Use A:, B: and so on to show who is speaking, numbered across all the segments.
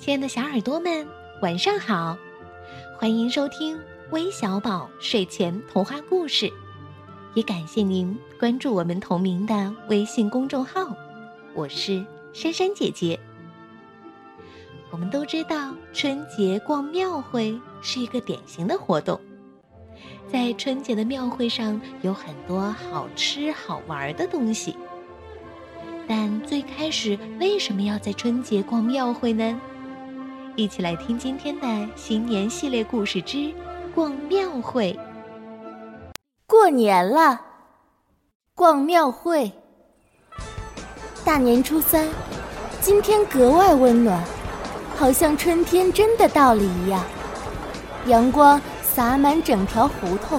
A: 亲爱的小耳朵们，晚上好！欢迎收听微小宝睡前童话故事，也感谢您关注我们同名的微信公众号，我是珊珊姐姐。我们都知道春节逛庙会是一个典型的活动，在春节的庙会上有很多好吃好玩的东西。但最开始为什么要在春节逛庙会呢？一起来听今天的新年系列故事之逛庙会。
B: 过年了，逛庙会。大年初三，今天格外温暖，好像春天真的到了一样。阳光洒满整条胡同。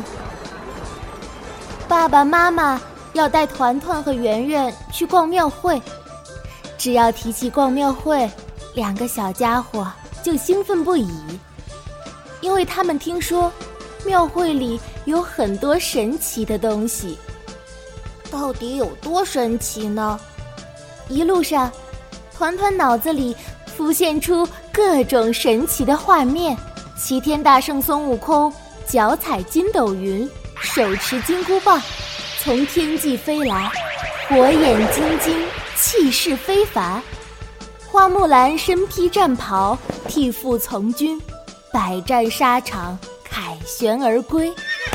B: 爸爸妈妈要带团团和圆圆去逛庙会。只要提起逛庙会，两个小家伙就兴奋不已，因为他们听说庙会里有很多神奇的东西。到底有多神奇呢？一路上，团团脑子里浮现出各种神奇的画面：齐天大圣孙悟空脚踩筋斗云，手持金箍棒，从天际飞来，火眼金睛，气势非凡。花木兰身披战袍，替父从军，百战沙场，凯旋而归。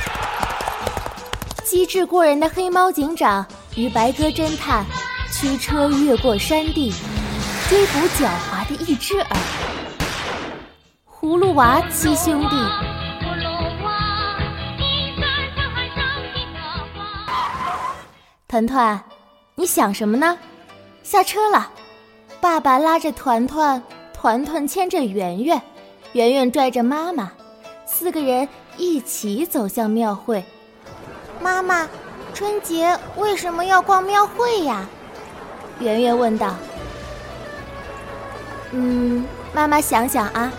B: 机智过人的黑猫警长与白鸽侦探驱车越过山地，追捕狡猾的一只耳。葫芦娃七兄弟，团团，你想什么呢？下车了。爸爸拉着团团，团团牵着圆圆，圆圆拽着妈妈，四个人一起走向庙会。妈妈，春节为什么要逛庙会呀？圆圆问道。妈妈想想啊。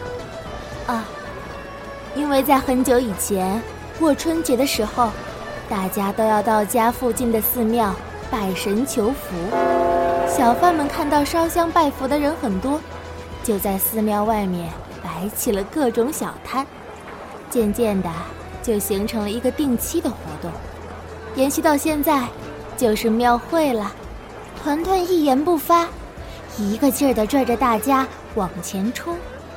B: 因为在很久以前，过春节的时候，大家都要到家附近的寺庙拜神求福。小贩们看到烧香拜佛的人很多，就在寺庙外面摆起了各种小摊，渐渐的就形成了一个定期的活动，延续到现在就是庙会了。团团一言不发，一个劲儿地拽着大家往前冲。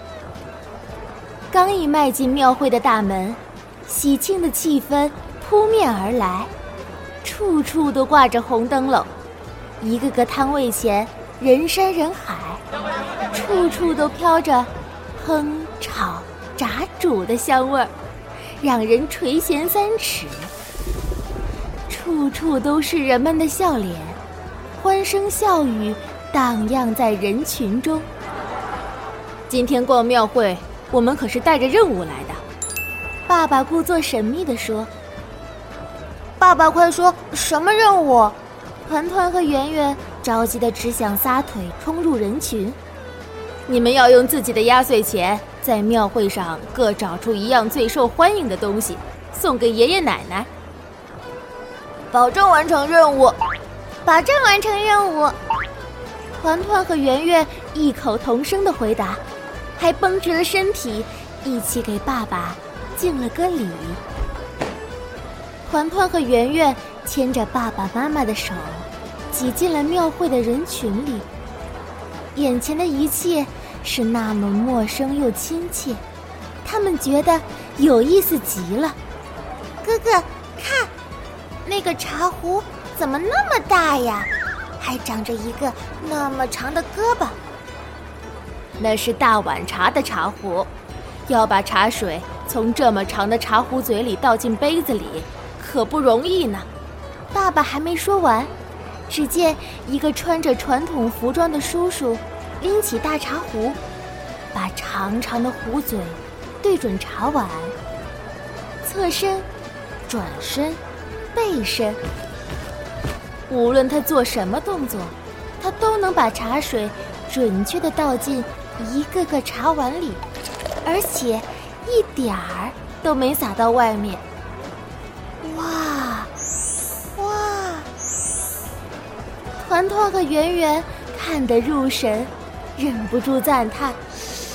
B: 刚一迈进庙会的大门，喜庆的气氛扑面而来，处处都挂着红灯笼，一个个摊位前人山人海，处处都飘着烹炒炸煮的香味儿，让人垂涎三尺。处处都是人们的笑脸，欢声笑语荡漾在人群中。今天逛庙会，我们可是带着任务来的。爸爸故作神秘地说。爸爸快说，什么任务？团团和圆圆着急得只想撒腿冲入人群。你们要用自己的压岁钱，在庙会上各找出一样最受欢迎的东西，送给爷爷奶奶。保证完成任务。保证完成任务。团团和圆圆异口同声地回答，还绷直了身体，一起给爸爸敬了个礼。团团和圆圆牵着爸爸妈妈的手，挤进了庙会的人群里。眼前的一切是那么陌生又亲切，他们觉得有意思极了。哥哥，看，那个茶壶怎么那么大呀？还长着一个那么长的胳膊。那是大碗茶的茶壶，要把茶水从这么长的茶壶嘴里倒进杯子里，可不容易呢。爸爸还没说完，只见一个穿着传统服装的叔叔拎起大茶壶，把长长的壶嘴对准茶碗，侧身、转身、背身，无论他做什么动作，他都能把茶水准确地倒进一个个茶碗里，而且一点儿都没洒到外面。哇！团团和圆圆看得入神，忍不住赞叹：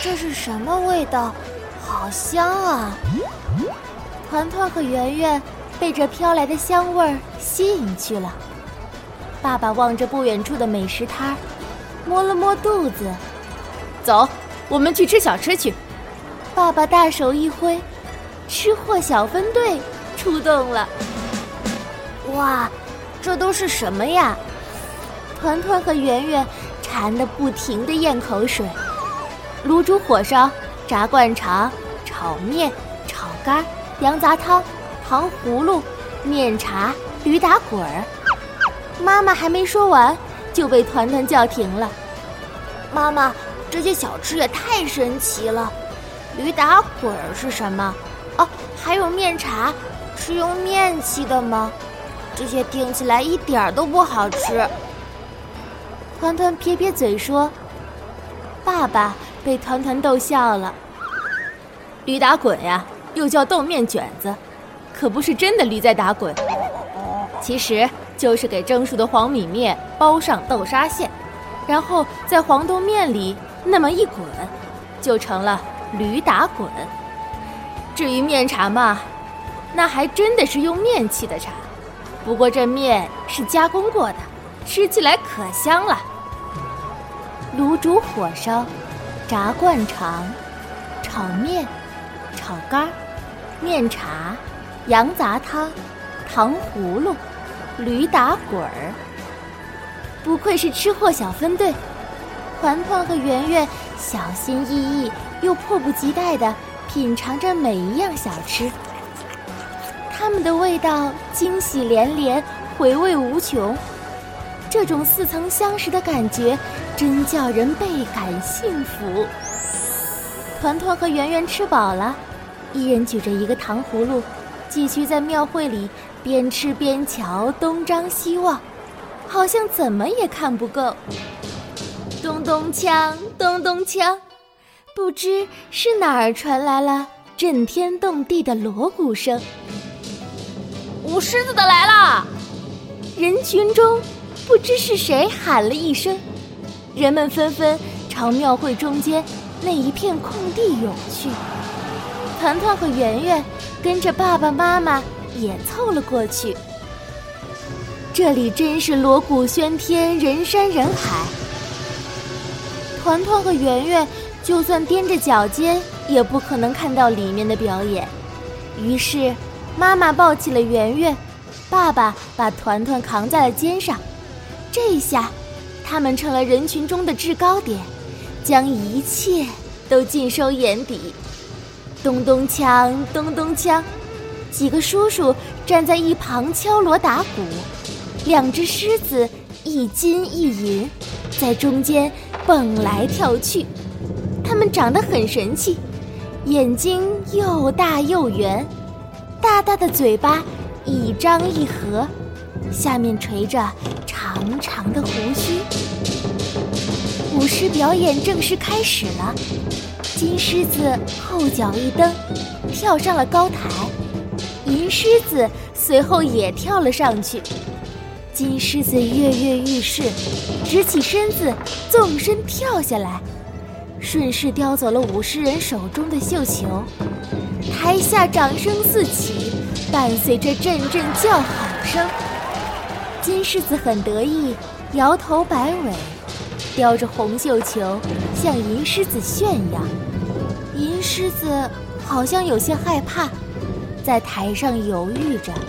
B: 这是什么味道？好香啊！团团和圆圆被这飘来的香味儿吸引去了。爸爸望着不远处的美食摊，摸了摸肚子，
C: 走，我们去吃小吃去。
B: 爸爸大手一挥，吃货小分队出动了。哇，这都是什么呀？团团和圆圆馋得不停地咽口水。卤煮火烧、炸灌肠、炒面、炒肝、羊杂汤、糖葫芦、面茶、驴打滚儿。妈妈还没说完，就被团团叫停了。妈妈，这些小吃也太神奇了。驴打滚儿是什么？哦，还有面茶，是用面沏的吗？这些听起来一点儿都不好吃。团团撇撇嘴说。爸爸被团团逗笑了。
C: 驴打滚呀，又叫豆面卷子，可不是真的驴在打滚，其实就是给蒸熟的黄米面包上豆沙馅，然后在黄豆面里那么一滚，就成了驴打滚。至于面茶嘛，那还真的是用面沏的茶，不过这面是加工过的，吃起来可香了。
B: 卤煮火烧、炸灌肠、炒面、炒肝、面茶、羊杂汤、糖葫芦、驴打滚儿。不愧是吃货小分队，团团和圆圆小心翼翼又迫不及待地品尝着每一样小吃，它们的味道惊喜连连，回味无穷。这种似曾相识的感觉真叫人倍感幸福。团团和圆圆吃饱了，一人举着一个糖葫芦，继续在庙会里边吃边瞧，东张西望，好像怎么也看不够。咚咚锵，咚咚锵，不知是哪儿传来了震天动地的锣鼓声。
C: 舞狮子的来了！
B: 人群中不知是谁喊了一声，人们纷纷朝庙会中间那一片空地涌去。团团和圆圆跟着爸爸妈妈也凑了过去。这里真是锣鼓喧天，人山人海。团团和圆圆就算踮着脚尖也不可能看到里面的表演，于是妈妈抱起了圆圆，爸爸把团团扛在了肩上。这一下他们成了人群中的制高点，将一切都尽收眼底。咚咚锵，咚咚锵，几个叔叔站在一旁敲锣打鼓，两只狮子一金一银在中间蹦来跳去。它们长得很神气，眼睛又大又圆，大大的嘴巴一张一合，下面垂着长长的胡须。舞狮表演正式开始了，金狮子后脚一蹬，跳上了高台，银狮子随后也跳了上去。金狮子跃跃欲试，直起身子，纵身跳下来，顺势叼走了舞狮人手中的绣球。台下掌声四起，伴随着阵阵叫好声。金狮子很得意，摇头摆尾，叼着红绣球向银狮子炫耀。银狮子好像有些害怕，在台上犹豫着。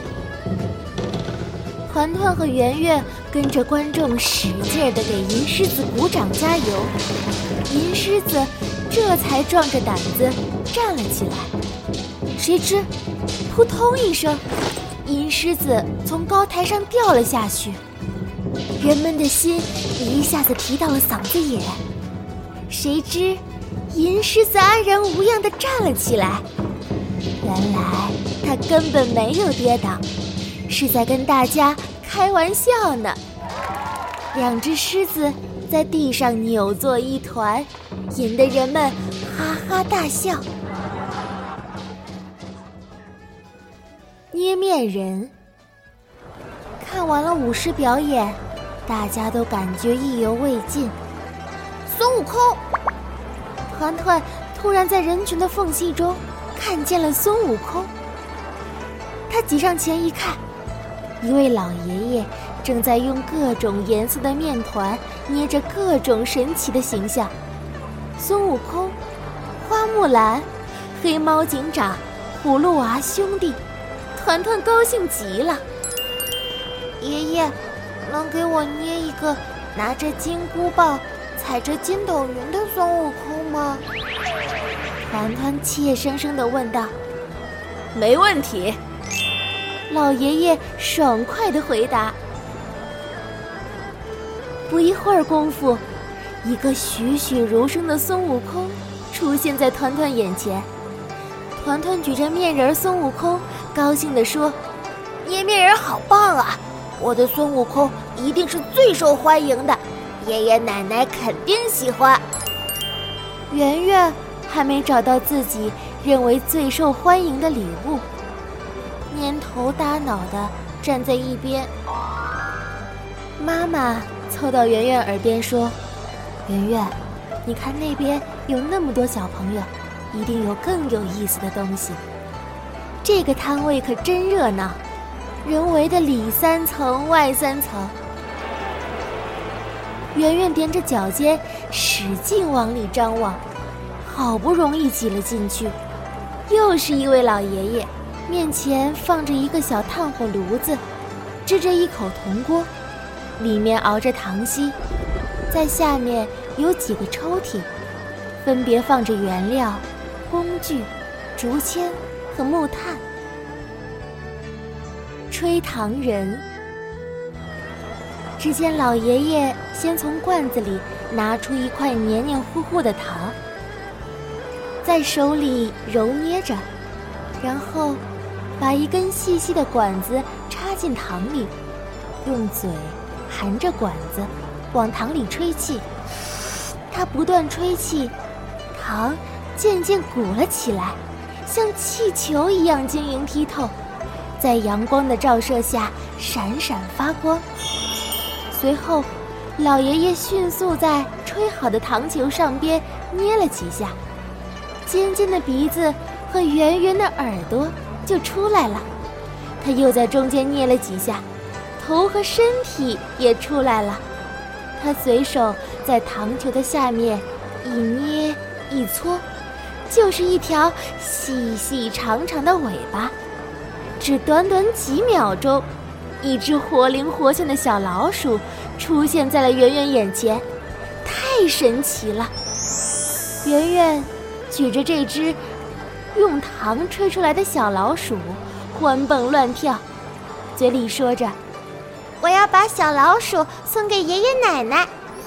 B: 团团和圆圆跟着观众使劲地给银狮子鼓掌加油，银狮子这才壮着胆子站了起来。谁知扑通一声，银狮子从高台上掉了下去，人们的心一下子提到了嗓子眼。谁知银狮子安然无恙地站了起来，原来他根本没有跌倒，是在跟大家开玩笑呢。两只狮子在地上扭作一团，引得人们哈哈大笑。捏面人看完了舞狮表演，大家都感觉意犹未尽。孙悟空！ 团团突然在人群的缝隙中看见了孙悟空。他挤上前一看，一位老爷爷正在用各种颜色的面团捏着各种神奇的形象，孙悟空、花木兰、黑猫警长、葫芦娃兄弟。团团高兴极了。爷爷，能给我捏一个拿着金箍棒踩着筋斗云的孙悟空吗？团团怯生生地问道。
C: 没问题，
B: 老爷爷爽快地回答。不一会儿功夫，一个栩栩如生的孙悟空出现在团团眼前。团团举着面人孙悟空，高兴地说：捏面人好棒啊，我的孙悟空一定是最受欢迎的，爷爷奶奶肯定喜欢。圆圆还没找到自己认为最受欢迎的礼物，蔫头耷脑地站在一边。妈妈凑到圆圆耳边说：圆圆，你看那边有那么多小朋友，一定有更有意思的东西。这个摊位可真热闹，人围的里3层外3层。圆圆踮着脚尖使劲往里张望，好不容易挤了进去。又是一位老爷爷，面前放着一个小炭火炉子，支着一口铜锅，里面熬着糖稀，在下面有几个抽屉，分别放着原料、工具、竹签和木炭。吹糖人。只见老爷爷先从罐子里拿出一块黏黏糊糊的糖，在手里揉捏着，然后把一根细细的管子插进糖里，用嘴含着管子往糖里吹气。他不断吹气，糖渐渐鼓了起来，像气球一样晶莹剔透，在阳光的照射下闪闪发光。随后老爷爷迅速在吹好的糖球上边捏了几下，尖尖的鼻子和圆圆的耳朵就出来了。他又在中间捏了几下，头和身体也出来了。他随手在糖球的下面一捏一搓，就是一条细细长长的尾巴。只短短几秒钟，一只活灵活现的小老鼠出现在了圆圆眼前，太神奇了。圆圆举着这只用糖吹出来的小老鼠，欢蹦乱跳，嘴里说着：我要把小老鼠送给爷爷奶奶。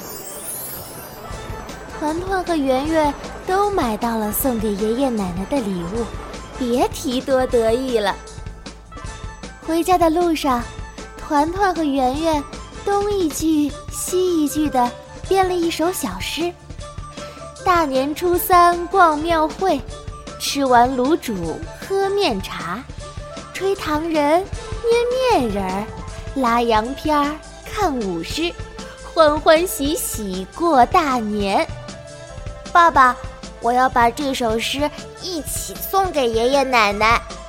B: 团团和圆圆都买到了送给爷爷奶奶的礼物，别提多得意了。回家的路上，团团和圆圆东一句西一句的编了一首小诗：大年初3逛庙会，吃完卤煮喝面茶，吹糖人捏面人儿，拉洋片儿看舞狮，欢欢喜喜过大年。爸爸，我要把这首诗一起送给爷爷奶奶。